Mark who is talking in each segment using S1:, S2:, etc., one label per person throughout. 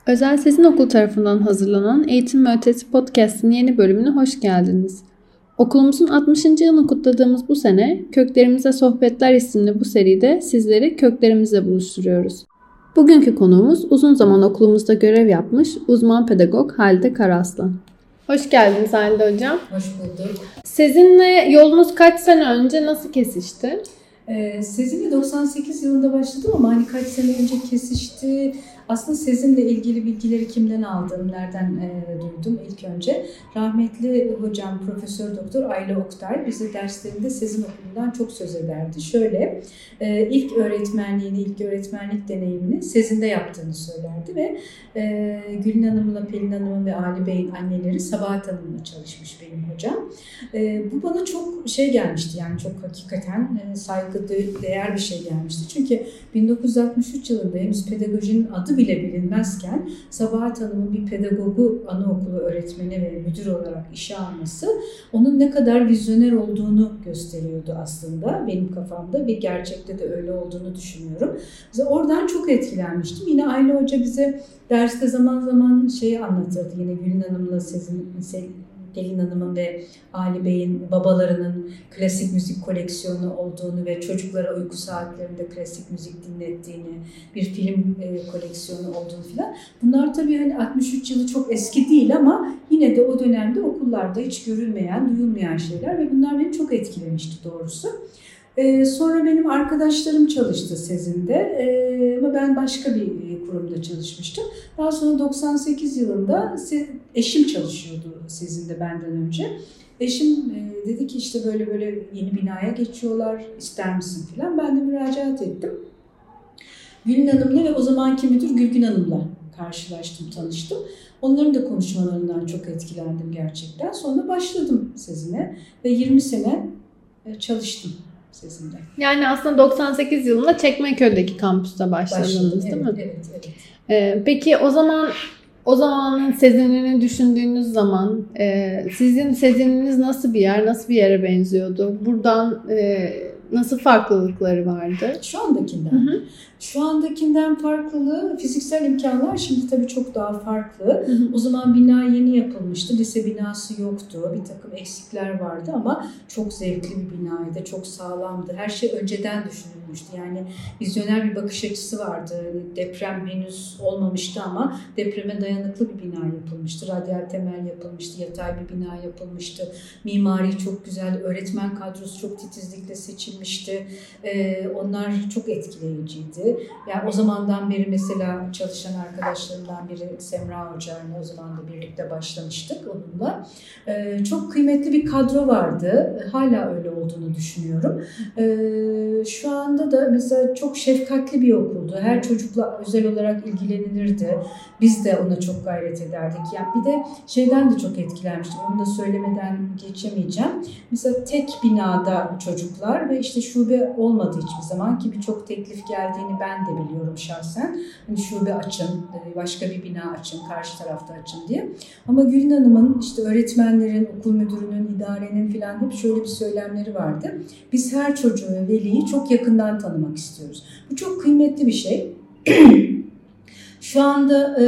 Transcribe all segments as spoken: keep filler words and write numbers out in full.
S1: Özel Sezin Okulu tarafından hazırlanan Eğitim ve Ötesi Podcast'ın yeni bölümüne hoş geldiniz. Okulumuzun altmışıncı yılını kutladığımız bu sene Köklerimize Sohbetler isimli bu seride sizleri köklerimizle buluşturuyoruz. Bugünkü konuğumuz uzun zaman okulumuzda görev yapmış uzman pedagog Halide Karaslan. Hoş geldiniz Halide Hocam.
S2: Hoş bulduk.
S1: Sizinle yolunuz kaç sene önce nasıl kesişti?
S2: Ee, Sezin'le doksan sekiz yılında başladım ama hani kaç sene önce kesişti. Aslında Sezin'le ilgili bilgileri kimden aldım, nereden e, duydum ilk önce. Rahmetli hocam Profesör Doktor Ayla Oktay bize derslerinde Sezin Okulu'ndan çok söz ederdi. Şöyle, e, ilk öğretmenliğini, ilk öğretmenlik deneyimini Sezin'de yaptığını söylerdi ve e, Gülün Hanım'la Pelin Hanım'ın ve Ali Bey'in anneleri Sabahat Hanım'la çalışmış benim hocam. E, bu bana çok şey gelmişti, yani çok hakikaten e, saygı değer bir şey gelmişti. Çünkü bin dokuz yüz altmış üç yılında henüz pedagojinin adı bile bilinmezken Sabahat Hanım'ın bir pedagogu, anaokulu öğretmeni ve müdür olarak işe alması onun ne kadar vizyoner olduğunu gösteriyordu aslında benim kafamda ve gerçekte de öyle olduğunu düşünüyorum. Mesela oradan çok etkilenmiştim. Yine Ayla Hoca bize derste zaman zaman şeyi anlatırdı. Yine Gülün Hanım'la Sezin, Pelin Hanım'ın ve Ali Bey'in babalarının klasik müzik koleksiyonu olduğunu ve çocuklara uyku saatlerinde klasik müzik dinlettiğini, bir film e, koleksiyonu olduğunu filan. Bunlar tabii hani altmış üç yılı çok eski değil ama yine de o dönemde okullarda hiç görülmeyen, duyulmayan şeyler ve bunlar beni çok etkilemişti doğrusu. Ee, sonra benim arkadaşlarım çalıştı Sezin'de ee, ama ben başka bir kurumda çalışmıştım. Daha sonra doksan sekiz yılında eşim çalışıyordu Sezin'de benden önce. Eşim e, dedi ki işte böyle böyle yeni binaya geçiyorlar, ister misin filan. Ben de müracaat ettim. Gülün Hanım'la ve o zamanki müdür Gülgün Hanım'la karşılaştım, tanıştım. Onların da konuşmalarından çok etkilendim gerçekten. Sonra başladım Sezin'e ve yirmi sene çalıştım Sezin'de.
S1: Yani aslında doksan sekiz yılında Çekmeköy'deki kampüste başladınız. Başladım, değil
S2: evet,
S1: mi?
S2: Evet, evet.
S1: Ee, peki o zaman o zamanın Sezin'ini düşündüğünüz zaman e, sizin Sezin'iniz nasıl bir yer, nasıl bir yere benziyordu? Buradan e, nasıl farklılıkları vardı?
S2: Şu andakinden. Hı hı. Şu andakinden farklılığı fiziksel imkanlar şimdi tabii çok daha farklı. Hı hı. O zaman bina yeni yapılmıştı. Lise binası yoktu. Bir takım eksikler vardı ama çok zevkli bir binaydı. Çok sağlamdı. Her şey önceden düşünülmüştü. Yani vizyoner bir bakış açısı vardı. Deprem henüz olmamıştı ama depreme dayanıklı bir bina yapılmıştı. Radyal temel yapılmıştı. Yatay bir bina yapılmıştı. Mimari çok güzel. Öğretmen kadrosu çok titizlikle seçilmişti. Ee, onlar çok etkileyiciydi. Yani o zamandan beri mesela çalışan arkadaşlarımdan biri Semra Hoca'yla o zaman da birlikte başlamıştık onunla. Ee, çok kıymetli bir kadro vardı. Hala öyle olduğunu düşünüyorum. Ee, şu anda da mesela çok şefkatli bir okuldu. Her çocukla özel olarak ilgilenilirdi. Biz de ona çok gayret ederdik. Yani bir de şeyden de çok etkilenmiştim. Onu da söylemeden geçemeyeceğim. Mesela tek binada çocuklar ve işte şube olmadı hiçbir zaman ki birçok teklif geldiğini ben de biliyorum şahsen. Hani şube açın, başka bir bina açın, karşı tarafta açın diye. Ama Gülün Hanım'ın işte öğretmenlerin, okul müdürünün, idarenin filan hep şöyle bir söylemleri vardı. Biz her çocuğu ve veliyi çok yakından tanımak istiyoruz. Bu çok kıymetli bir şey. Şu anda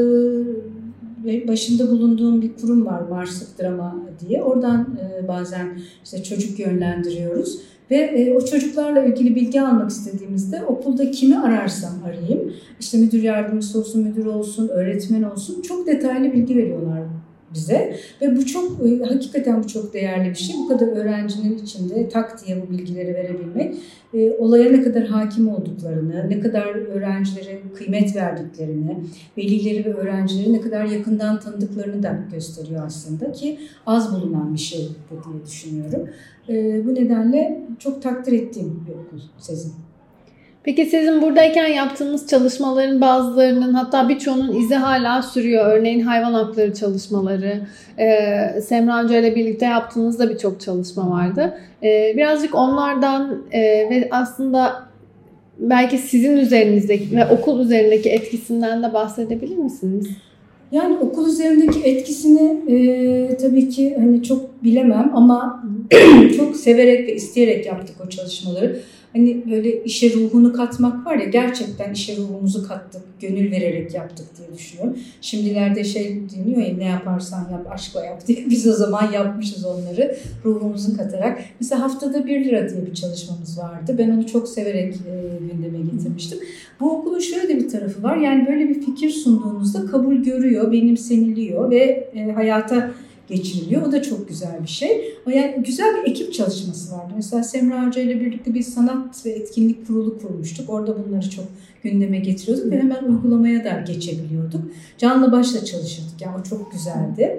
S2: e, başında bulunduğum bir kurum var, Marsık Drama diye. Oradan e, bazen işte çocuk yönlendiriyoruz. Ve e, o çocuklarla ilgili bilgi almak istediğimizde okulda kimi ararsam arayayım, işte müdür yardımcısı olsun, müdür olsun, öğretmen olsun çok detaylı bilgi veriyorlar bize. Ve bu çok, e, hakikaten bu çok değerli bir şey. Bu kadar öğrencinin içinde tak diye bu bilgileri verebilmek, e, olaya ne kadar hakim olduklarını, ne kadar öğrencilere kıymet verdiklerini, velileri ve öğrencileri ne kadar yakından tanıdıklarını da gösteriyor aslında ki az bulunan bir şey bu diye düşünüyorum. E, bu nedenle çok takdir ettiğim bir okul Sezin.
S1: Peki sizin buradayken yaptığınız çalışmaların bazılarının hatta birçoğunun izi hala sürüyor. Örneğin hayvan hakları çalışmaları, e, Semra Hoca ile birlikte yaptığınızda birçok çalışma vardı. E, birazcık onlardan e, ve aslında belki sizin üzerinizdeki ve okul üzerindeki etkisinden de bahsedebilir misiniz?
S2: Yani okul üzerindeki etkisini e, tabii ki hani çok bilemem ama çok severek ve isteyerek yaptık o çalışmaları. hani böyle işe ruhunu katmak var ya, gerçekten işe ruhumuzu kattık, gönül vererek yaptık diye düşünüyorum. Şimdilerde şey dinliyor ya, ne yaparsan yap, aşkla yap diye, biz o zaman yapmışız onları ruhumuzu katarak. Mesela haftada bir lira diye bir çalışmamız vardı. Ben onu çok severek e, gündeme getirmiştim. Bu okulun şöyle de bir tarafı var. Yani böyle bir fikir sunduğunuzda kabul görüyor, benimseniliyor ve e, hayata geçiriliyor. O da çok güzel bir şey. Yani güzel bir ekip çalışması vardı. Mesela Semra Hoca ile birlikte bir sanat ve etkinlik kurulu kurmuştuk. Orada bunları çok gündeme getiriyorduk ve hemen uygulamaya da geçebiliyorduk. Canlı başla çalışırdık. Yani o çok güzeldi.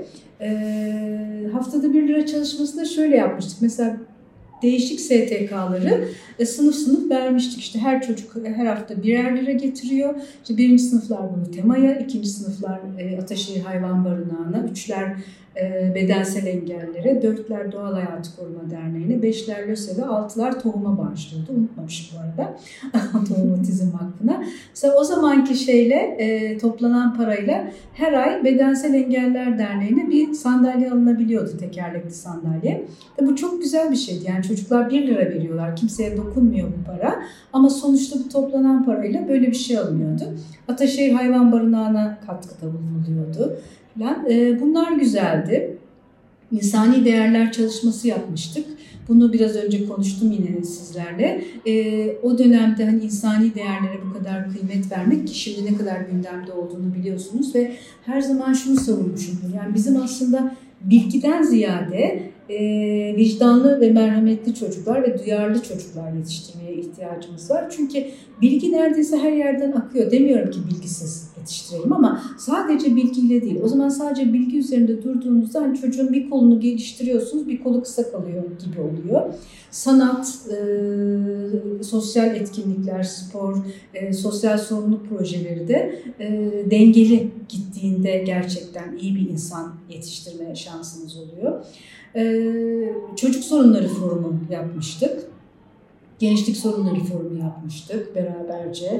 S2: E, haftada bir lira çalışması da şöyle yapmıştık. Mesela değişik S T K'ları e, sınıf sınıf vermiştik. İşte her çocuk her hafta birer lira getiriyor. İşte birinci sınıflar bunu temaya, ikinci sınıflar e, Ataşehir Hayvan Barınağı'na, üçler e, bedensel engellere, dörtler Doğal Hayatı Koruma Derneği'ne, beşler LÖSEV'e, altılar tohuma bağışlıyordu. Unutmamış bu arada. Tohum Otizm Vakfı'na. Mesela o zamanki şeyle e, toplanan parayla her ay Bedensel Engeller Derneği'ne bir sandalye alınabiliyordu, tekerlekli sandalye. Ve bu çok güzel bir şeydi. Yani çocuklar bir lira veriyorlar. Kimseye dokunmuyor bu para. Ama sonuçta bu toplanan parayla böyle bir şey alınıyordu. Ataşehir Hayvan Barınağı'na katkıda bulunuluyordu. Bunlar güzeldi. İnsani değerler çalışması yapmıştık. Bunu biraz önce konuştum yine sizlerle. E, o dönemde hani insani değerlere bu kadar kıymet vermek, ki şimdi ne kadar gündemde olduğunu biliyorsunuz ve her zaman şunu savunmuşumdur. Yani bizim aslında bilgiden ziyade e, vicdanlı ve merhametli çocuklar ve duyarlı çocuklar yetiştirmeye ihtiyacımız var. Çünkü bilgi neredeyse her yerden akıyor. Demiyorum ki bilgisiz yetiştirelim ama sadece bilgiyle değil. O zaman sadece bilgi üzerinde durduğunuzda hani çocuğun bir kolunu geliştiriyorsunuz, bir kolu kısa kalıyor gibi oluyor. Sanat, e, sosyal etkinlikler, spor, e, sosyal sorumluluk projeleri de e, dengeli gittiğinde gerçekten iyi bir insan yetiştirme şansınız oluyor. E, çocuk sorunları forumu yapmıştık. Gençlik sorunları forumu yapmıştık beraberce.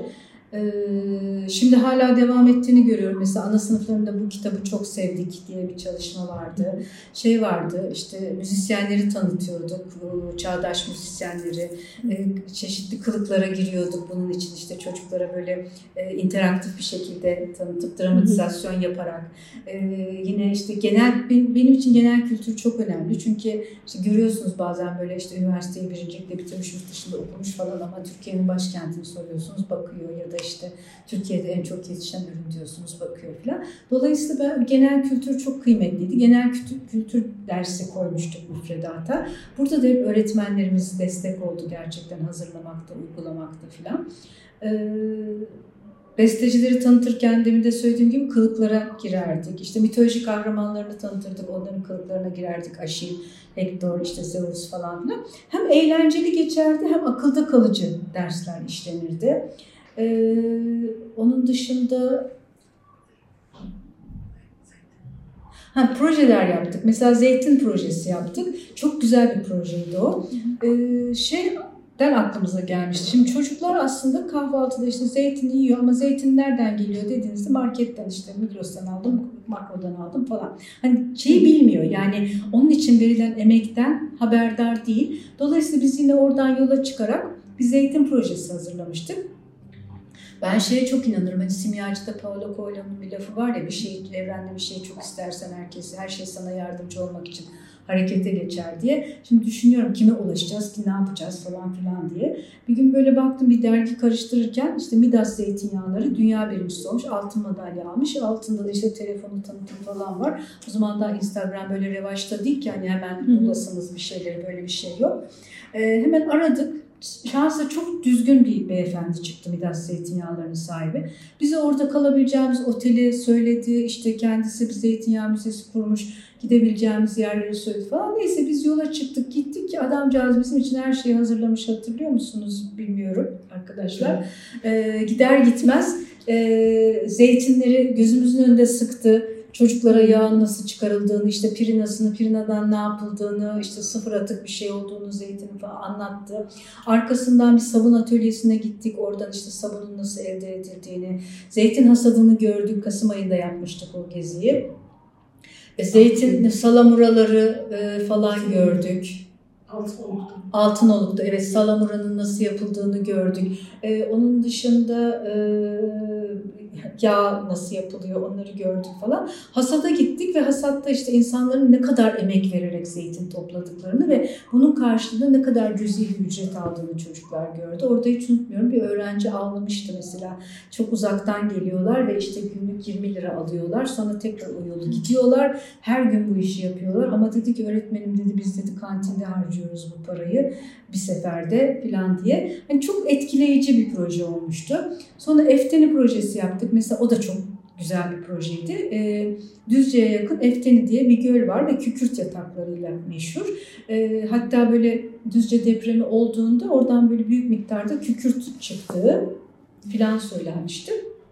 S2: Şimdi hala devam ettiğini görüyorum. Mesela ana sınıflarında bu kitabı çok sevdik diye bir çalışma vardı. Şey vardı, işte müzisyenleri tanıtıyorduk, çağdaş müzisyenleri, çeşitli kılıklara giriyorduk. Bunun için işte çocuklara böyle interaktif bir şekilde tanıtıp dramatizasyon yaparak. Yine işte genel, benim için genel kültür çok önemli. Çünkü işte görüyorsunuz bazen böyle işte üniversiteyi birincilikle bitirmiş, yurt dışında okumuş falan ama Türkiye'nin başkentini soruyorsunuz, bakıyor ya da işte Türkiye'de en çok yetişen ürün diyorsunuz, bakıyor falan. Dolayısıyla ben, genel kültür çok kıymetliydi. Genel kültür, kültür dersi koymuştuk müfredata. Burada da hep öğretmenlerimiz destek oldu gerçekten hazırlamakta, uygulamakta falan. Ee, bestecileri tanıtırken demin de söylediğim gibi kılıklara girerdik. İşte mitoloji kahramanlarını tanıtırdık, onların kılıklarına girerdik. Aşil, Hector, işte Zeus falan filan. Hem eğlenceli geçerdi hem akılda kalıcı dersler işlenirdi. Ee, onun dışında ha, projeler yaptık. Mesela zeytin projesi yaptık. Çok güzel bir projeydi o. Ee, şeyden aklımıza gelmişti. Şimdi çocuklar aslında kahvaltıda işte zeytin yiyor ama zeytin nereden geliyor dediğinizde marketten, işte Migros'tan aldım, Makro'dan aldım falan. Hani şeyi bilmiyor. Yani onun için verilen emekten haberdar değil. Dolayısıyla biz yine oradan yola çıkarak bir zeytin projesi hazırlamıştık. Ben şeye çok inanırım. Hani simyacıda Paulo Coelho'nun bir lafı var ya, bir şey, evrende bir şey çok istersen herkes, her şey sana yardımcı olmak için harekete geçer diye. Şimdi düşünüyorum kime ulaşacağız ki, ne yapacağız falan filan diye. Bir gün böyle baktım, bir dergi karıştırırken işte Midas zeytinyağları dünya birincisi olmuş. Altın madalya almış. Altında da işte telefonu tanıtım falan var. O zaman da Instagram böyle revaçta değil ki hani hemen bulasınız bir şeyleri, böyle bir şey yok. Ee, hemen aradık. Şansla çok düzgün bir beyefendi çıktı, Midas zeytinyağlarının sahibi. Bize orada kalabileceğimiz oteli söyledi. İşte kendisi bir zeytinyağı müzesi kurmuş. Gidebileceğimiz yerleri söyledi falan. Neyse biz yola çıktık, gittik ki adamcağız bizim için her şeyi hazırlamış, hatırlıyor musunuz bilmiyorum arkadaşlar. Ee, gider gitmez e, zeytinleri gözümüzün önünde sıktı. Çocuklara yağın nasıl çıkarıldığını, işte pirinasını, pirinadan ne yapıldığını, işte sıfır atık bir şey olduğunu, zeytini falan anlattı. Arkasından bir sabun atölyesine gittik. Oradan işte sabunun nasıl elde edildiğini, zeytin hasadını gördük. Kasım ayında yapmıştık o geziyi. Zeytin salamuraları falan gördük.
S1: Altınoluk'ta.
S2: Altınoluk'ta evet, salamura'nın nasıl yapıldığını gördük. Ee, onun dışında e, yağ nasıl yapılıyor onları gördük falan. Hasada gittik ve hasatta işte insanların ne kadar emek vererek zeytin topladıklarını ve bunun karşılığında ne kadar cüzi bir ücret aldığını çocuklar gördü. Orada hiç unutmuyorum, bir öğrenci ağlamıştı mesela. Çok uzaktan geliyorlar ve işte günlük yirmi lira alıyorlar. Sonra tekrar o yolu gidiyorlar. Her gün bu işi yapıyorlar. Ama dedi ki öğretmenim dedi, biz dedi kantinde harcıyoruz bu parayı bir seferde falan diye. Yani çok etkileyici bir proje olmuştu. Sonra Efteni projesi yaptık. Mesela o da çok güzel bir projeydi. E, Düzce'ye yakın Efteni diye bir göl var ve kükürt yataklarıyla meşhur. E, hatta böyle Düzce depremi olduğunda oradan böyle büyük miktarda kükürt çıktığı falan söylenmişti.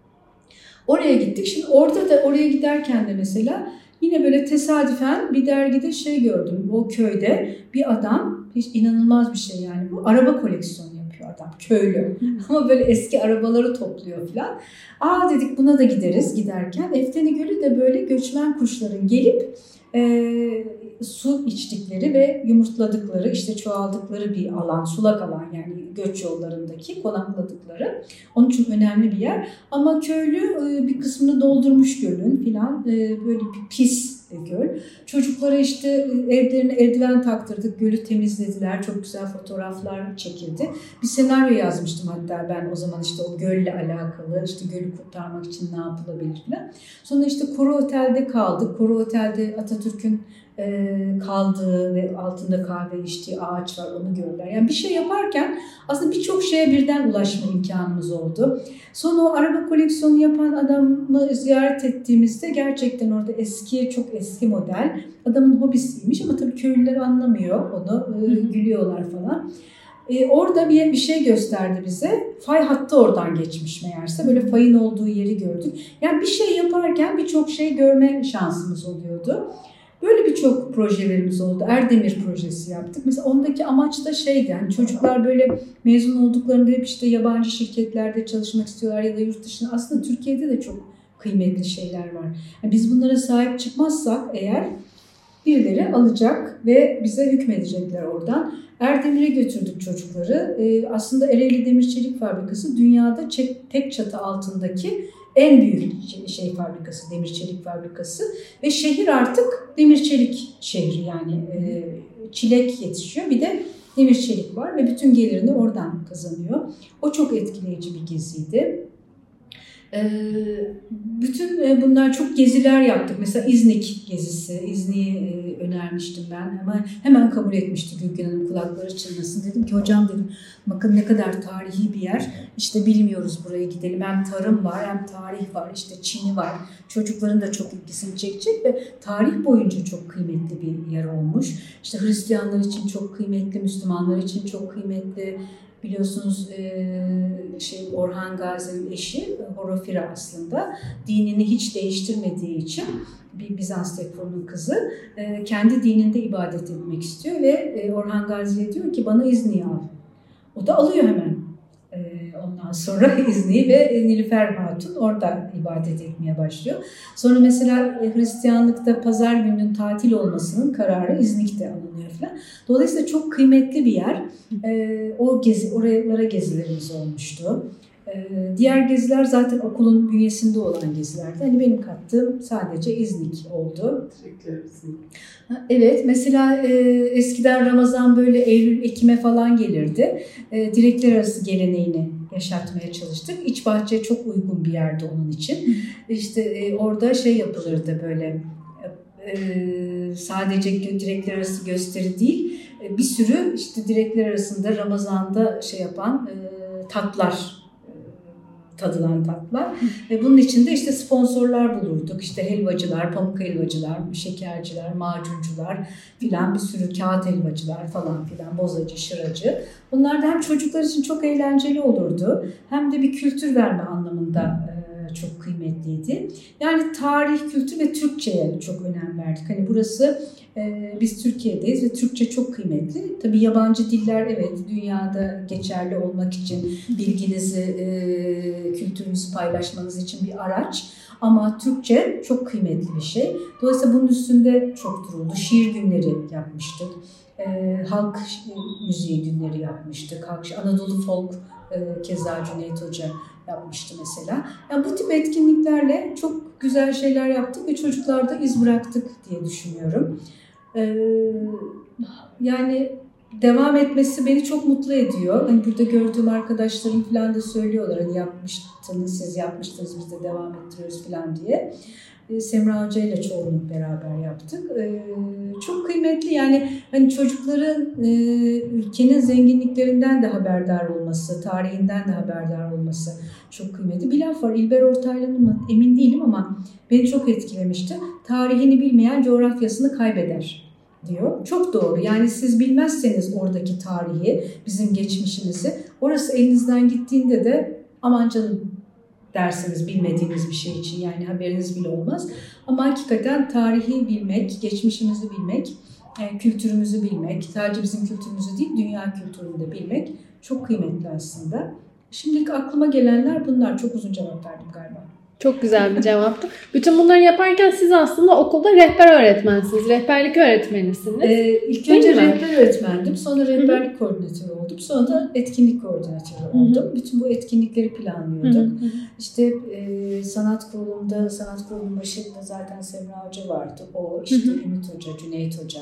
S2: Oraya gittik. Şimdi orada da oraya giderken de mesela yine böyle tesadüfen bir dergide şey gördüm. O köyde bir adam, hiç inanılmaz bir şey yani bu, araba koleksiyonu yapıyor adam, köylü. Ama böyle eski arabaları topluyor falan. Aa dedik, buna da gideriz giderken. Efteni Gölü de böyle göçmen kuşların gelip e, su içtikleri ve yumurtladıkları, işte çoğaldıkları bir alan, sulak alan yani göç yollarındaki konakladıkları. Onun için önemli bir yer. Ama köylü e, bir kısmını doldurmuş gölün filan, e, böyle bir pis göl. Çocuklara işte evlerine eldiven taktırdık, gölü temizlediler, çok güzel fotoğraflar çekildi. Bir senaryo yazmıştım hatta ben o zaman, işte o gölle alakalı, işte gölü kurtarmak için ne yapılabilir falan. Sonra işte Koru Otel'de kaldık. Koru Otel'de Atatürk'ün e, kaldığı ve altında kahve içtiği ağaç var, onu gördüler. Yani bir şey yaparken aslında birçok şeye birden ulaşma imkanımız oldu. Sonra o araba koleksiyonu yapan adamı ziyaret ettiğimizde gerçekten orada eski, çok eski model. Adamın hobisiymiş ama tabii köylüler anlamıyor onu, e, gülüyorlar falan. E, orada bir, bir şey gösterdi bize. Fay hattı oradan geçmiş meğerse. Böyle fayın olduğu yeri gördük. Yani bir şey yaparken birçok şey görme şansımız oluyordu. Böyle birçok projelerimiz oldu. Erdemir projesi yaptık. Mesela ondaki amaç da şeydi, yani çocuklar böyle mezun olduklarında hep işte yabancı şirketlerde çalışmak istiyorlar ya da yurt dışında. Aslında Türkiye'de de çok kıymetli şeyler var. Yani biz bunlara sahip çıkmazsak eğer, birileri alacak ve bize hükmedecekler oradan. Erdemir'e götürdük çocukları. Ee, aslında Ereğli Demir Çelik Fabrikası dünyada tek çatı altındaki en büyük şey fabrikası, demir çelik fabrikası ve şehir artık demir çelik şehri, yani e, çilek yetişiyor, bir de demir çelik var ve bütün gelirini oradan kazanıyor. O çok etkileyici bir geziydi. E, bütün bunlar çok geziler yaptık. Mesela İznik gezisi, İznik'i e, önermiştim ben. Hemen hemen kabul etmişti Gülgün Hanım, kulakları çınlasın. Dedim ki hocam dedim, bakın ne kadar tarihi bir yer. İşte bilmiyoruz, buraya gidelim. Hem tarım var, hem tarih var, işte Çin'i var. Çocukların da çok ilgisini çekecek ve tarih boyunca çok kıymetli bir yer olmuş. İşte Hristiyanlar için çok kıymetli, Müslümanlar için çok kıymetli. Biliyorsunuz şey, Orhan Gazi'nin eşi Horofira aslında dinini hiç değiştirmediği için, bir Bizans tekfurunun kızı, kendi dininde ibadet etmek istiyor ve Orhan Gazi'ye diyor ki bana İznik'i al. O da alıyor hemen. Ondan sonra İznik'i ve Nilüfer Hatun orada ibadet etmeye başlıyor. Sonra mesela Hristiyanlıkta pazar gününün tatil olmasının kararı İznik'te alınıyor falan. Dolayısıyla çok kıymetli bir yer. O gezi, oralara gezilerimiz olmuştu. Diğer geziler zaten okulun bünyesinde olan gezilerdi. Hani benim kattığım sadece İznik oldu. Evet, mesela e, eskiden Ramazan böyle Eylül, Ekim'e falan gelirdi. E, direkler arası geleneğini yaşatmaya çalıştık. İç bahçe çok uygun bir yerdi onun için. İşte e, orada şey yapılırdı böyle, e, sadece direkler arası gösteri değil, e, bir sürü işte direkler arasında Ramazan'da şey yapan e, tatlar, tadılan tatlar. Ve bunun içinde işte sponsorlar bulurduk. İşte helvacılar, pamuk helvacılar, şekerciler, macuncular filan, bir sürü kağıt helvacılar falan filan, bozacı, şıracı. Bunlar da hem çocuklar için çok eğlenceli olurdu, hem de bir kültür verme anlamında çok kıymetliydi. Yani tarih, kültür ve Türkçe'ye çok önem verdik. Hani burası, e, biz Türkiye'deyiz ve Türkçe çok kıymetli. Tabii yabancı diller evet dünyada geçerli olmak için, bilginizi, e, kültürünüzü paylaşmanız için bir araç. Ama Türkçe çok kıymetli bir şey. Dolayısıyla bunun üstünde çok duruldu. Şiir günleri yapmıştık. E, halk müziği günleri yapmıştık. Halk, Anadolu folk e, keza Cüneyt Hoca yapmıştı mesela. Yani bu tip etkinliklerle çok güzel şeyler yaptık ve çocuklarda iz bıraktık diye düşünüyorum. E, yani devam etmesi beni çok mutlu ediyor. Hani burada gördüğüm arkadaşlarım falan da söylüyorlar. Hani yapmıştınız, siz yapmıştınız, biz de devam ettiriyoruz falan diye. Semra Hoca ile çoğunu beraber yaptık. Ee, çok kıymetli yani hani çocukların e, ülkenin zenginliklerinden de haberdar olması, tarihinden de haberdar olması çok kıymetli. Bir laf var, İlber Ortaylı'nın mı emin değilim ama beni çok etkilemişti. Tarihini bilmeyen coğrafyasını kaybeder diyor. Çok doğru. Yani siz bilmezseniz oradaki tarihi, bizim geçmişimizi, orası elinizden gittiğinde de aman canım dersiniz bilmediğiniz bir şey için, yani haberiniz bile olmaz. Ama hakikaten tarihi bilmek, geçmişimizi bilmek, kültürümüzü bilmek, sadece bizim kültürümüzü değil dünya kültürünü de bilmek çok kıymetli aslında. Şimdilik aklıma gelenler bunlar. Çok uzun cevap verdim galiba.
S1: Çok güzel bir cevaptı. Bütün bunları yaparken siz aslında okulda rehber öğretmensiniz, rehberlik öğretmenisiniz.
S2: Ee, ilk önce mi? Rehber öğretmendim, sonra rehberlik Hı-hı. koordinatörü oldum, sonra da etkinlik koordinatörü oldum. Hı-hı. Bütün bu etkinlikleri planlıyorduk. Hı-hı. İşte e, sanat kurulunda, sanat kurulunun başında zaten Semra Hoca vardı. O işte Hı-hı. Ümit Hoca, Cüneyt Hoca.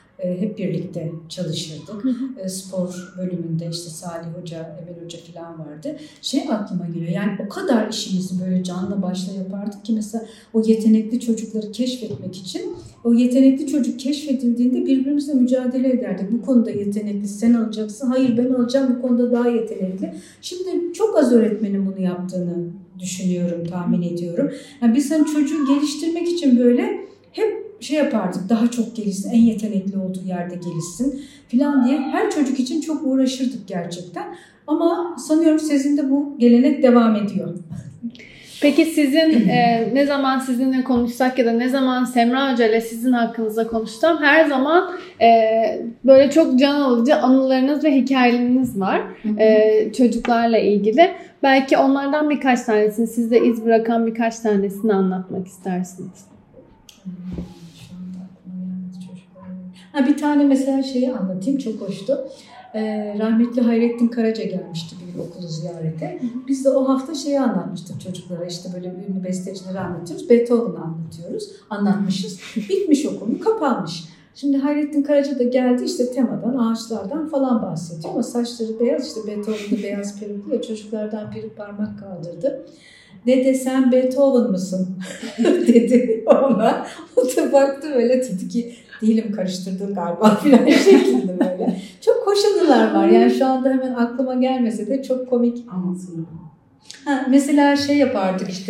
S2: Hep birlikte çalışırdık. Hı hı. Spor bölümünde işte Salih Hoca, Emel Hoca falan vardı. Şey aklıma geliyor, yani o kadar işimizi böyle canla başla yapardık ki mesela o yetenekli çocukları keşfetmek için o yetenekli çocuk keşfedildiğinde birbirimizle mücadele ederdik. Bu konuda yetenekli, sen alacaksın. Hayır, ben alacağım, bu konuda daha yetenekli. Şimdi çok az öğretmenin bunu yaptığını düşünüyorum, tahmin ediyorum. Yani biz hani çocuğu geliştirmek için böyle hep şey yapardık, daha çok gelişsin, en yetenekli olduğu yerde gelişsin falan diye her çocuk için çok uğraşırdık gerçekten. Ama sanıyorum sizin de bu gelenek devam ediyor.
S1: Peki sizin e, ne zaman sizinle konuşsak ya da ne zaman Semra Hoca ile sizin hakkınızda konuşsam her zaman e, böyle çok can alıcı anılarınız ve hikayeleriniz var e, çocuklarla ilgili. Belki onlardan birkaç tanesini, sizde iz bırakan birkaç tanesini anlatmak istersiniz.
S2: Ha, bir tane mesela şeyi anlatayım, çok hoştu. Ee, rahmetli Hayrettin Karaca gelmişti bir okulu ziyarete. Biz de o hafta şeyi anlatmıştık çocuklara, işte böyle ünlü bestecileri anlatıyoruz. Beethoven'ı anlatıyoruz, anlatmışız. Bitmiş okulu, kapanmış. Şimdi Hayrettin Karaca da geldi, işte temadan, ağaçlardan falan bahsediyor. Ama saçları beyaz, işte Beethoven'da beyaz peruklu ya, çocuklardan biri parmak kaldırdı. Dede sen Beethoven mısın? dedi ona. O da baktı böyle, dedi ki değilim, karıştırdın galiba filan şeklinde böyle. Çok hoş anılar var. Yani şu anda hemen aklıma gelmese de çok komik anlatılıyor. Ha, mesela şey yapardık işte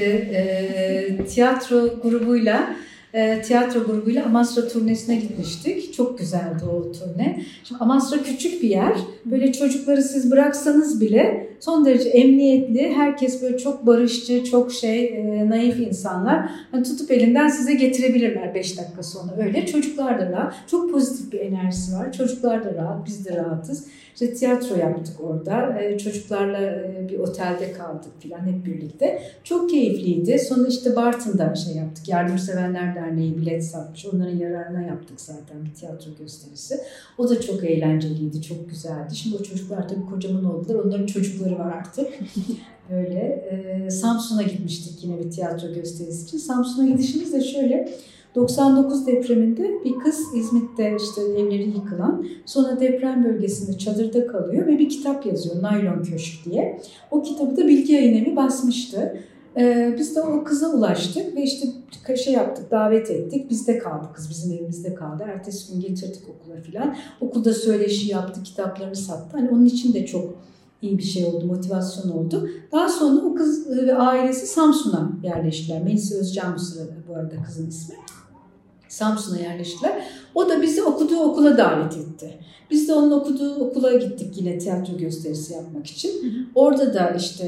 S2: e, tiyatro grubuyla e, tiyatro grubuyla Amasra turnesine gitmiştik. Çok güzeldi o turne. Şimdi Amasra küçük bir yer. Böyle çocukları siz bıraksanız bile son derece emniyetli. Herkes böyle çok barışçı, çok şey e, naif insanlar. Yani tutup elinden size getirebilirler beş dakika sonra. Öyle. Çocuklar da rahat. Çok pozitif bir enerjisi var. Çocuklar da rahat. Biz de rahatız. İşte tiyatro yaptık orada. E, çocuklarla e, bir otelde kaldık filan hep birlikte. Çok keyifliydi. Sonra işte Bartın'da şey yaptık. Yardımseverler Derneği bilet satmış. Onların yararına yaptık zaten bir tiyatro gösterisi. O da çok eğlenceliydi. Çok güzeldi. Şimdi o çocuklar tabii kocaman oldular. Onların çocukları var artık. Böyle. E, Samsun'a gitmiştik yine bir tiyatro gösterisi için. Samsun'a gidişimiz de şöyle. doksan dokuz depreminde bir kız İzmit'te işte evleri yıkılan, sonra deprem bölgesinde çadırda kalıyor ve bir kitap yazıyor, Naylon Köşk diye. O kitabı da Bilgi Yayınevi basmıştı. Ee, biz de o kıza ulaştık ve işte şey yaptık, davet ettik. Bizde kaldı kız, bizim evimizde kaldı. Ertesi gün getirdik okula filan. Okulda söyleşi yaptı, kitaplarını sattı. Hani onun için de çok iyi bir şey oldu, motivasyon oldu. Daha sonra o kız ve ailesi Samsun'a yerleştiler. Melis Özcan bu sırada, bu arada kızın ismi. Samsun'a yerleştiler. O da bizi okuduğu okula davet etti. Biz de onun okuduğu okula gittik yine tiyatro gösterisi yapmak için. Hı hı. Orada da işte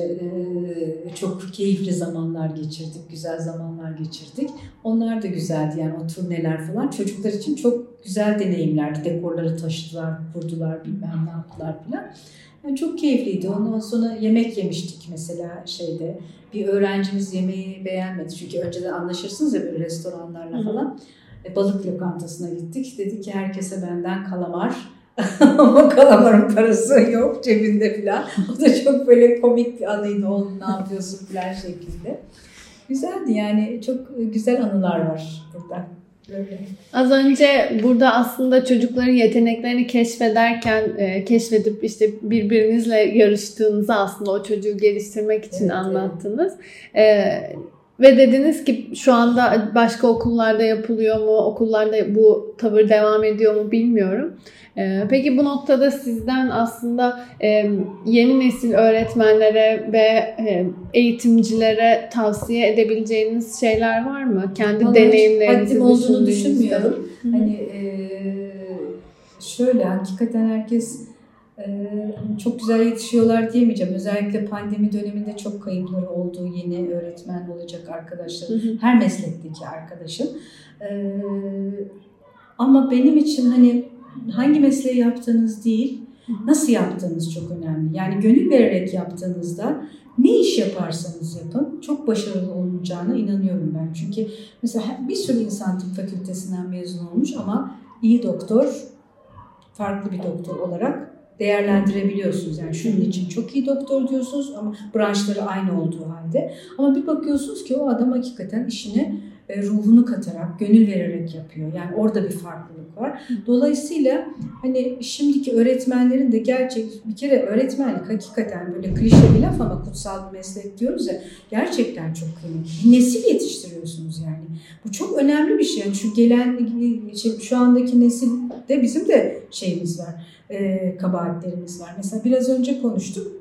S2: e, çok keyifli zamanlar geçirdik, güzel zamanlar geçirdik. Onlar da güzeldi yani o turneler falan. Çocuklar için çok güzel deneyimlerdi. Dekorları taşıdılar, kurdular, bilmem ne yaptılar falan. Yani çok keyifliydi. Ondan sonra yemek yemiştik mesela şeyde. Bir öğrencimiz yemeği beğenmedi. Çünkü önceden anlaşırsınız ya böyle restoranlarla falan. E, balık lokantasına gittik. Dedi ki herkese benden kalamar. Ama kalamarın parası yok cebinde falan. O da çok böyle komik bir anıydı. Oğlum ne yapıyorsun falan şeklinde. Güzeldi yani. Çok güzel anılar var burada. Böyle.
S1: Az önce burada aslında çocukların yeteneklerini keşfederken e, keşfedip işte birbirinizle yarıştığınızı aslında o çocuğu geliştirmek için evet, anlattınız. Evet. E, ve dediniz ki şu anda başka okullarda yapılıyor mu, okullarda bu tavır devam ediyor mu bilmiyorum. E, peki bu noktada sizden aslında e, yeni nesil öğretmenlere ve e, eğitimcilere tavsiye edebileceğiniz şeyler var mı? Kendi
S2: Vallahi
S1: deneyimlerinizi
S2: haddim olduğunu düşünmüyorum. Hı-hı. Hani e, şöyle hakikaten herkes çok güzel yetişiyorlar diyemeyeceğim. Özellikle pandemi döneminde çok kayıpları olduğu yeni öğretmen olacak arkadaşlar. Her meslekteki arkadaşım. Ama benim için hani hangi mesleği yaptığınız değil, nasıl yaptığınız çok önemli. Yani gönül vererek yaptığınızda ne iş yaparsanız yapın çok başarılı olacağına inanıyorum ben. Çünkü mesela bir sürü insan tıp fakültesinden mezun olmuş ama iyi doktor, farklı bir doktor olarak değerlendirebiliyorsunuz. Yani şunun için çok iyi doktor diyorsunuz ama branşları aynı olduğu halde. Ama bir bakıyorsunuz ki o adam hakikaten işine ruhunu katarak, gönül vererek yapıyor. Yani orada bir farklılık var. Dolayısıyla hani şimdiki öğretmenlerin de gerçek bir kere öğretmenlik hakikaten böyle klişe bir laf ama kutsal bir meslek diyoruz ya, gerçekten çok kıymetli. Bir nesil yetiştiriyorsunuz yani. Bu çok önemli bir şey. Yani şu gelen şu andaki nesilde bizim de şeyimiz var. E, kabahatlerimiz var. Mesela biraz önce konuştuk.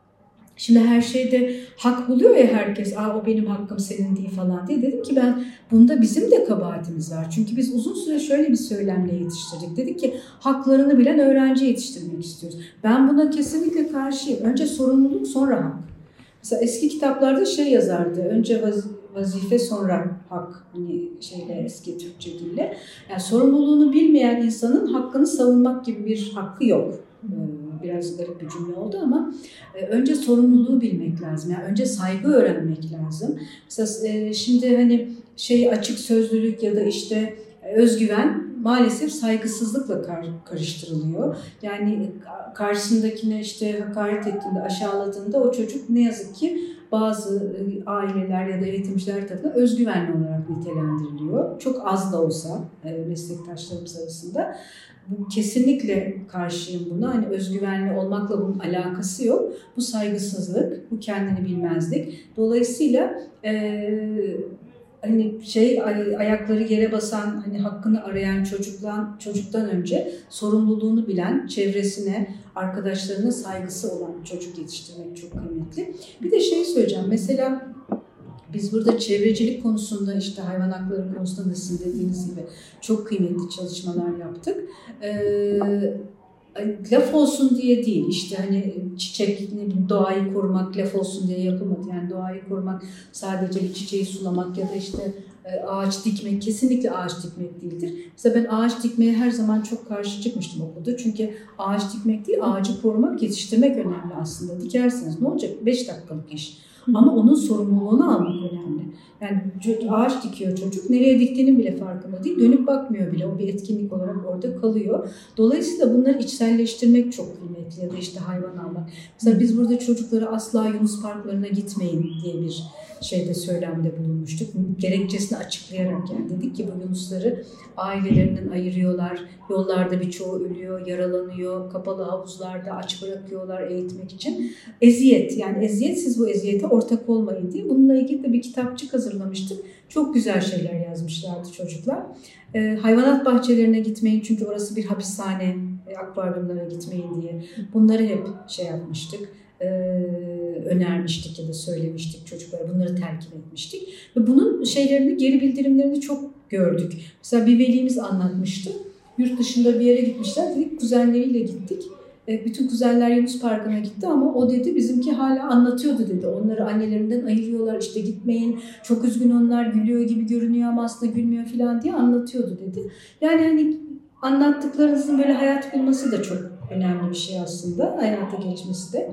S2: Şimdi her şeyde hak buluyor ya herkes. Aa o benim hakkım senin değil falan diye. Dedim ki ben bunda bizim de kabahatimiz var. Çünkü biz uzun süre şöyle bir söylemle yetiştirdik. Dedik ki haklarını bilen öğrenci yetiştirmek istiyoruz. Ben buna kesinlikle karşıyım. Önce sorumluluk sonra hak. Mesela eski kitaplarda şey yazardı. Önce vazife sonra hak. Hani şeyle eski Türkçe dille. Yani sorumluluğunu bilmeyen insanın hakkını savunmak gibi bir hakkı yok. Biraz garip bir cümle oldu ama önce sorumluluğu bilmek lazım. Yani önce saygı öğrenmek lazım. Mesela şimdi hani şey açık sözlülük ya da işte özgüven maalesef saygısızlıkla karıştırılıyor. Yani karşısındakine işte hakaret ettiğinde, aşağıladığında o çocuk ne yazık ki bazı aileler ya da eğitimciler tarafından özgüvenli olarak nitelendiriliyor. Çok az da olsa meslektaşlarımız arasında. Bu kesinlikle karşıyım buna. Hani özgüvenli olmakla bunun alakası yok. Bu saygısızlık, bu kendini bilmezlik. Dolayısıyla e, hani şey ayakları yere basan, hani hakkını arayan çocuktan çocuktan önce sorumluluğunu bilen, çevresine, arkadaşlarına saygısı olan çocuk yetiştirmek çok kıymetli. Bir de şey söyleyeceğim. Mesela biz burada çevrecilik konusunda işte hayvan hakları konusunda da sizin dediğiniz gibi çok kıymetli çalışmalar yaptık. Ee, laf olsun diye değil işte hani çiçek, doğayı korumak laf olsun diye yapılmadı. Yani doğayı korumak sadece bir çiçeği sulamak ya da işte ağaç dikmek kesinlikle ağaç dikmek değildir. Mesela ben ağaç dikmeye her zaman çok karşı çıkmıştım okulda. Çünkü ağaç dikmek değil ağacı korumak, yetiştirmek önemli aslında. Dikerseniz ne olacak? beş dakikalık iş. Ama onun sorumluluğunu almak önemli. Yani ağaç dikiyor çocuk, nereye diktiğinin bile farkında değil, dönüp bakmıyor bile, o bir etkinlik olarak orada kalıyor. Dolayısıyla bunları içselleştirmek çok kıymetli ya da işte hayvan almak. Mesela biz burada çocuklara asla Yunus parklarına gitmeyin diye bir şeyde söylemde bulunmuştuk. Gerekçesini açıklayarak yani dedik ki bu yunusları ailelerinden ayırıyorlar, yollarda birçoğu ölüyor, yaralanıyor, kapalı havuzlarda aç bırakıyorlar eğitmek için. Eziyet yani eziyet, siz bu eziyete ortak olmayın diye. Bununla ilgili de bir kitapçık hazırlamıştık. Çok güzel şeyler yazmışlardı çocuklar. Ee, hayvanat bahçelerine gitmeyin çünkü orası bir hapishane, akvaryumlara gitmeyin diye. Bunları hep şey yapmıştık. Ee, önermiştik ya da söylemiştik çocuklara, bunları telkin etmiştik ve bunun şeylerini, geri bildirimlerini çok gördük. Mesela bir velimiz anlatmıştı, yurt dışında bir yere gitmişler, dedik kuzenleriyle gittik, e, bütün kuzenler Yunus Parkı'na gitti ama o dedi bizimki hala anlatıyordu dedi, onları annelerinden ayırıyorlar işte gitmeyin, çok üzgün onlar, gülüyor gibi görünüyor ama aslında gülmüyor falan diye anlatıyordu dedi. Yani hani anlattıklarınızın böyle hayat bulması da çok önemli bir şey aslında, hayata geçmesi de.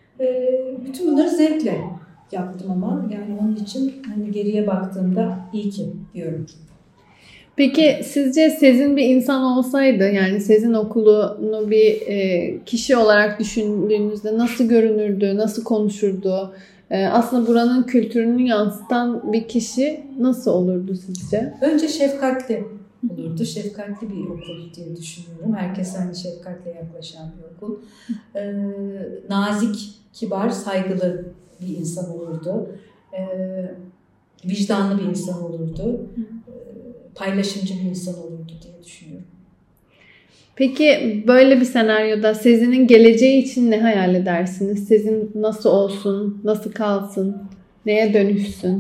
S2: Bütün bunları zevkle yaptım ama yani onun için hani geriye baktığımda iyi ki diyorum.
S1: Peki sizce Sezin bir insan olsaydı, yani Sezin Okulu'nu bir e, kişi olarak düşündüğünüzde nasıl görünürdü, nasıl konuşurdu? E, aslında buranın kültürünü yansıtan bir kişi nasıl olurdu sizce?
S2: Önce şefkatli olurdu. Şefkatli bir okul diye düşünüyorum. Herkes aynı şefkatle yaklaşan bir okul. Ee, nazik, kibar, saygılı bir insan olurdu. Ee, vicdanlı bir insan olurdu. Ee, paylaşımcı bir insan olurdu diye düşünüyorum.
S1: Peki böyle bir senaryoda Sezin'in geleceği için ne hayal edersiniz? Sezin nasıl olsun, nasıl kalsın, neye dönüşsün?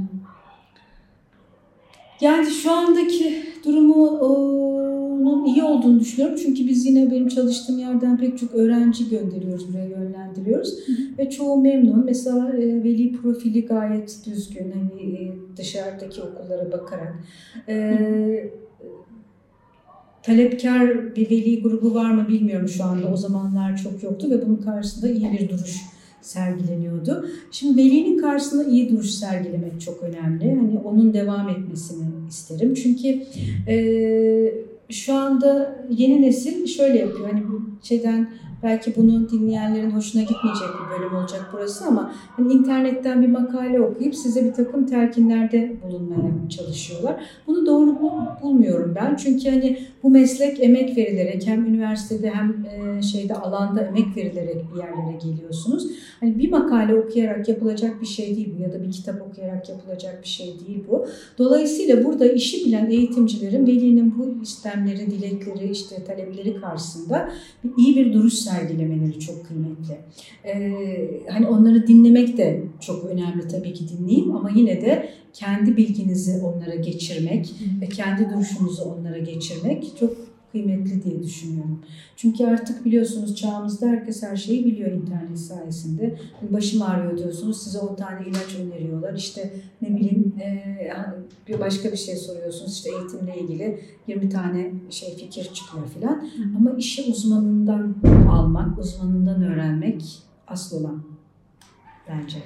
S2: Yani şu andaki durumunun iyi olduğunu düşünüyorum. Çünkü biz yine benim çalıştığım yerden pek çok öğrenci gönderiyoruz, buraya yönlendiriyoruz. Hı hı. Ve çoğu memnun. Mesela veli profili gayet düzgün. Hani dışarıdaki okullara bakarak. Ee, talepkar bir veli grubu var mı bilmiyorum şu anda. O zamanlar çok yoktu ve bunun karşısında iyi bir duruş sergileniyordu. Şimdi velinin karşısında iyi duruş sergilemek çok önemli. Hani onun devam etmesini isterim. Çünkü e, şu anda yeni nesil şöyle yapıyor. Hani bu şeyden belki bunu dinleyenlerin hoşuna gitmeyecek bir bölüm olacak burası ama hani internetten bir makale okuyup size bir takım telkinlerde bulunmaya çalışıyorlar. Bunu doğru bulmuyorum ben. Çünkü hani bu meslek emek verilerek hem üniversitede hem şeyde alanda emek verilerek bir yerlere geliyorsunuz. Hani bir makale okuyarak yapılacak bir şey değil bu ya da bir kitap okuyarak yapılacak bir şey değil bu. Dolayısıyla burada işi bilen eğitimcilerin velinin bu istemleri, dilekleri, işte talepleri karşısında iyi bir duruş sergilemeleri çok kıymetli. Ee, hani onları dinlemek de çok önemli tabii ki dinleyeyim ama yine de kendi bilginizi onlara geçirmek ve kendi duruşunuzu onlara geçirmek çok kıymetli diye düşünüyorum. Çünkü artık biliyorsunuz çağımızda herkes her şeyi biliyor internet sayesinde. Başım ağrıyor diyorsunuz, size on tane ilaç öneriyorlar. İşte ne bileyim e, başka bir şey soruyorsunuz, işte eğitimle ilgili yirmi tane şey fikir çıkıyor filan. Ama işi uzmanından almak, uzmanından öğrenmek asıl olan bence.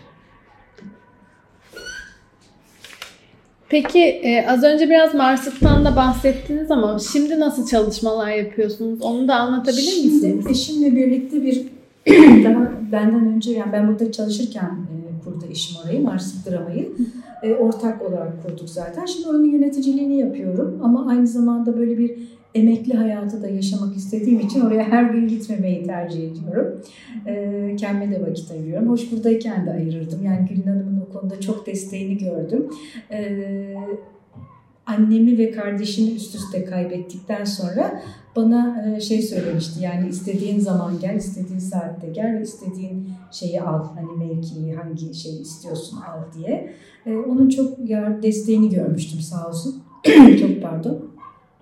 S1: Peki e, az önce biraz Marsık'tan da bahsettiniz ama şimdi nasıl çalışmalar yapıyorsunuz? Onu da anlatabilir
S2: şimdi,
S1: misiniz?
S2: Şimdi eşimle birlikte bir daha benden önce yani ben burada çalışırken e, kurdu eşim orayı, Marsık Drama'yı. E, ortak olarak kurduk zaten. Şimdi oranın yöneticiliğini yapıyorum ama aynı zamanda böyle bir emekli hayatı da yaşamak istediğim için oraya her gün gitmemeyi tercih ediyorum. E, kendime de vakit ayırıyorum. Hoş buradayken de ayırırdım. Yani Gülün Hanım'ın o konuda çok desteğini gördüm. E, annemi ve kardeşimi üst üste kaybettikten sonra bana şey söylemişti. Yani istediğin zaman gel, istediğin saatte gel ve istediğin şeyi al. Hani mevkiyi, hangi şeyi istiyorsun al diye. E, onun çok desteğini görmüştüm sağ olsun. Çok pardon.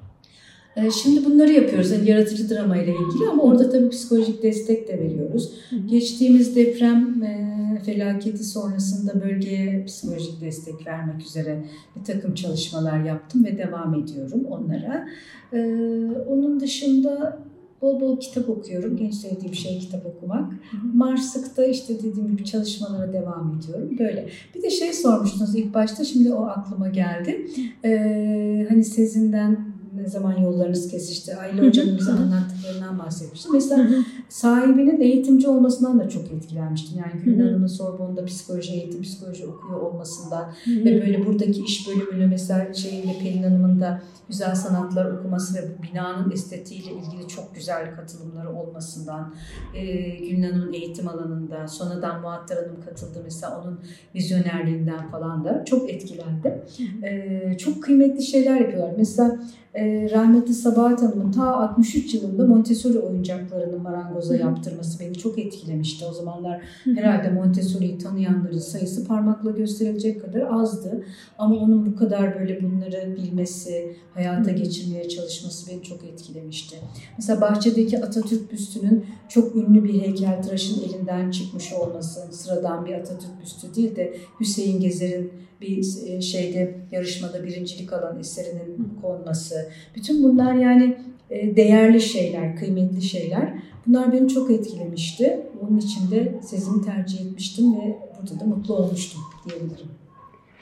S2: Şimdi bunları yapıyoruz. Yani yaratıcı drama ile ilgili ama orada tabii psikolojik destek de veriyoruz. Hı hı. Geçtiğimiz deprem e, felaketi sonrasında bölgeye psikolojik destek vermek üzere bir takım çalışmalar yaptım ve devam ediyorum onlara. E, onun dışında bol bol kitap okuyorum. En sevdiğim şey kitap okumak. Marsık'ta işte dediğim gibi çalışmalara devam ediyorum. Böyle. Bir de şey sormuştunuz ilk başta. Şimdi o aklıma geldi. E, hani Sezin'den ne zaman yollarınız kesişti. Aile Hoca'nın bize anlattıklarından bahsetmiştim. Mesela hı hı. sahibinin eğitimci olmasından da çok etkilenmiştim. Yani Gülün Hanım'ın Sorbonne'da psikoloji eğitim, psikoloji okuyor olmasından hı hı. ve böyle buradaki iş bölümünü mesela şeyle Pelin Hanım'ın da güzel sanatlar okuması ve bu binanın estetiğiyle ilgili çok güzel katılımları olmasından, e, Gülün Hanım'ın eğitim alanında, sonradan Muattar Hanım katıldı mesela onun vizyonerliğinden falan da çok etkilendim. E, çok kıymetli şeyler yapıyorlar. Mesela e, rahmetli Sabahat Hanım'ın ta altmış üç yılında Montessori oyuncaklarını marangoza yaptırması beni çok etkilemişti. O zamanlar herhalde Montessori'yi tanıyanların sayısı parmakla gösterilecek kadar azdı. Ama onun bu kadar böyle bunları bilmesi, hayata geçirmeye çalışması beni çok etkilemişti. Mesela bahçedeki Atatürk büstünün çok ünlü bir heykeltıraşın elinden çıkmış olması, sıradan bir Atatürk büstü değil de Hüseyin Gezer'in bir şeyde yarışmada birincilik alan eserinin konması. Bütün bunlar yani değerli şeyler, kıymetli şeyler. Bunlar beni çok etkilemişti. Onun için de Sezin'i tercih etmiştim ve burada da mutlu olmuştum diyebilirim.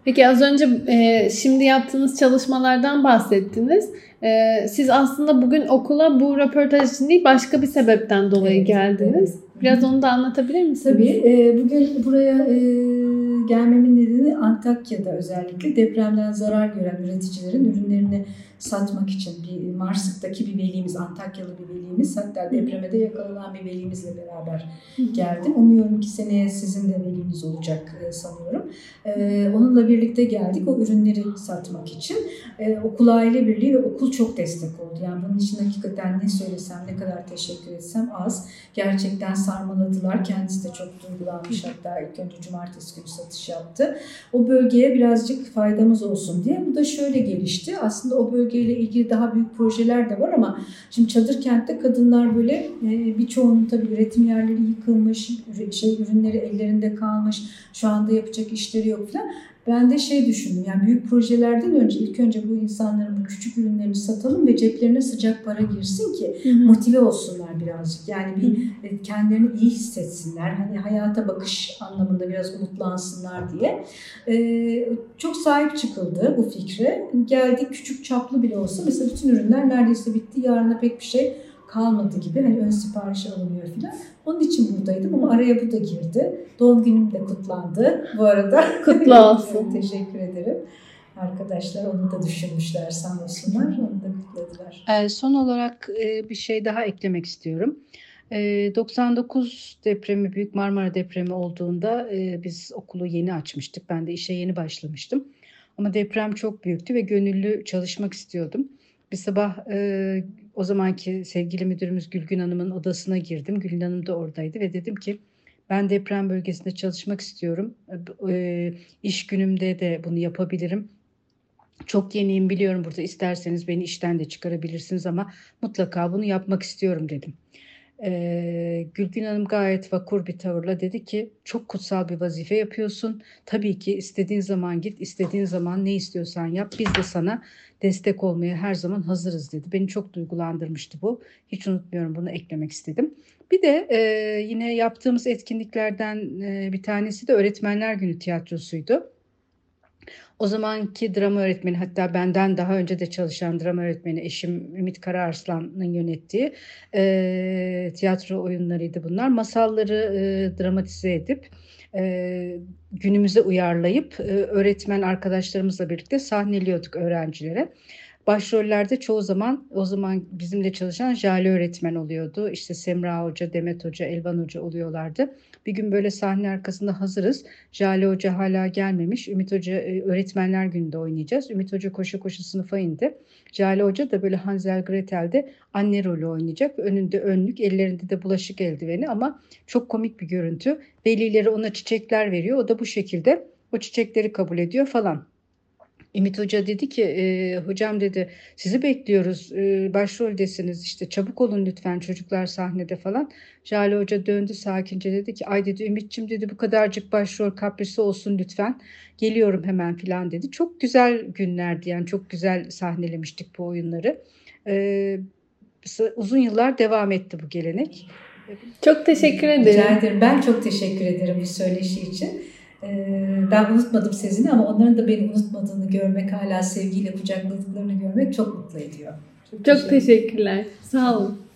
S1: Peki az önce e, şimdi yaptığınız çalışmalardan bahsettiniz. E, siz aslında bugün okula bu röportaj için değil başka bir sebepten dolayı evet, geldiniz. Evet. Biraz onu da anlatabilir misiniz?
S2: Tabii. E, bugün buraya e, gelmemin nedeni Antakya'da özellikle depremden zarar gören üreticilerin ürünlerini satmak için bir Marsık'taki bir velimiz, Antakyalı bir velimiz, hatta depreme de yakalanan bir velimizle beraber geldim. Umuyorum ki seneye sizin de veliniz olacak sanıyorum. Ee, onunla birlikte geldik o ürünleri satmak için. Ee, okul aile birliği ve okul çok destek oldu. Yani bunun için hakikaten ne söylesem, ne kadar teşekkür etsem az. Gerçekten sarmaladılar. Kendisi de çok duygulanmış. Hatta ilk önce cumartesi günü satış yaptı. O bölgeye birazcık faydamız olsun diye. Bu da şöyle gelişti. Aslında o bölge bölgeyle ilgili daha büyük projeler de var ama şimdi çadır kentte kadınlar böyle e, birçoğunun tabii üretim yerleri yıkılmış, şey ürünleri ellerinde kalmış, şu anda yapacak işleri yok falan. Ben de şey düşündüm, yani büyük projelerden önce ilk önce bu insanların bu küçük ürünlerini satalım ve ceplerine sıcak para girsin ki hı hı. motive olsunlar birazcık. Yani bir hı hı. kendilerini iyi hissetsinler, hani hayata bakış anlamında biraz umutlansınlar diye. Ee, çok sahip çıkıldı bu fikre. Geldik küçük çaplı bile olsa mesela bütün ürünler neredeyse bitti, yarına pek bir şey kalmadı gibi, hani ön sipariş alınıyor filan. Onun için buradaydım ama araya bu da girdi. Doğum günüm de kutlandı bu arada.
S1: Kutlu olsun.
S2: Teşekkür ederim. Arkadaşlar onu da düşünmüşler, sağ olsunlar. Onu da kutladılar.
S3: Ee, son olarak e, bir şey daha eklemek istiyorum. E, doksan dokuz depremi, Büyük Marmara depremi olduğunda e, biz okulu yeni açmıştık. Ben de işe yeni başlamıştım. Ama deprem çok büyüktü ve gönüllü çalışmak istiyordum. Bir sabah e, o zamanki sevgili müdürümüz Gülgün Hanım'ın odasına girdim. Gülgün Hanım da oradaydı ve dedim ki ben deprem bölgesinde çalışmak istiyorum. E, iş günümde de bunu yapabilirim. Çok yeniyim biliyorum, burada isterseniz beni işten de çıkarabilirsiniz ama mutlaka bunu yapmak istiyorum dedim. Ee, Gülgün Hanım gayet vakur bir tavırla dedi ki çok kutsal bir vazife yapıyorsun. Tabii ki istediğin zaman git, istediğin zaman ne istiyorsan yap. Biz de sana destek olmaya her zaman hazırız dedi. Beni çok duygulandırmıştı bu. Hiç unutmuyorum, bunu eklemek istedim. Bir de e, yine yaptığımız etkinliklerden e, bir tanesi de Öğretmenler Günü tiyatrosuydu. O zamanki drama öğretmeni, hatta benden daha önce de çalışan drama öğretmeni eşim Ümit Karaarslan'ın yönettiği e, tiyatro oyunlarıydı bunlar. Masalları e, dramatize edip e, günümüze uyarlayıp e, öğretmen arkadaşlarımızla birlikte sahneliyorduk öğrencilere. Başrollerde çoğu zaman o zaman bizimle çalışan Jale öğretmen oluyordu. İşte Semra Hoca, Demet Hoca, Elvan Hoca oluyorlardı. Bir gün böyle sahne arkasında hazırız. Jale Hoca hala gelmemiş. Ümit Hoca öğretmenler gününde oynayacağız. Ümit Hoca koşu koşu sınıfa indi. Jale Hoca da böyle Hansel Gretel'de anne rolü oynayacak. Önünde önlük, ellerinde de bulaşık eldiveni ama çok komik bir görüntü. Velileri ona çiçekler veriyor. O da bu şekilde o çiçekleri kabul ediyor falan. Ümit Hoca dedi ki e, hocam dedi sizi bekliyoruz, e, başroldesiniz, işte çabuk olun lütfen çocuklar sahnede falan. Jale Hoca döndü sakince, dedi ki ay dedi Ümit'ciğim dedi bu kadarcık başrol kaprisi olsun lütfen, geliyorum hemen filan dedi. Çok güzel günlerdi, yani çok güzel sahnelemiştik bu oyunları. E, uzun yıllar devam etti bu gelenek.
S1: Çok teşekkür ederim.
S2: Rica ederim. Ben çok teşekkür ederim bu söyleşi için. Ben unutmadım sesini ama onların da beni unutmadığını görmek, hala sevgiyle kucakladıklarını görmek çok mutlu ediyor.
S1: Çok, çok teşekkürler. Sağ olun.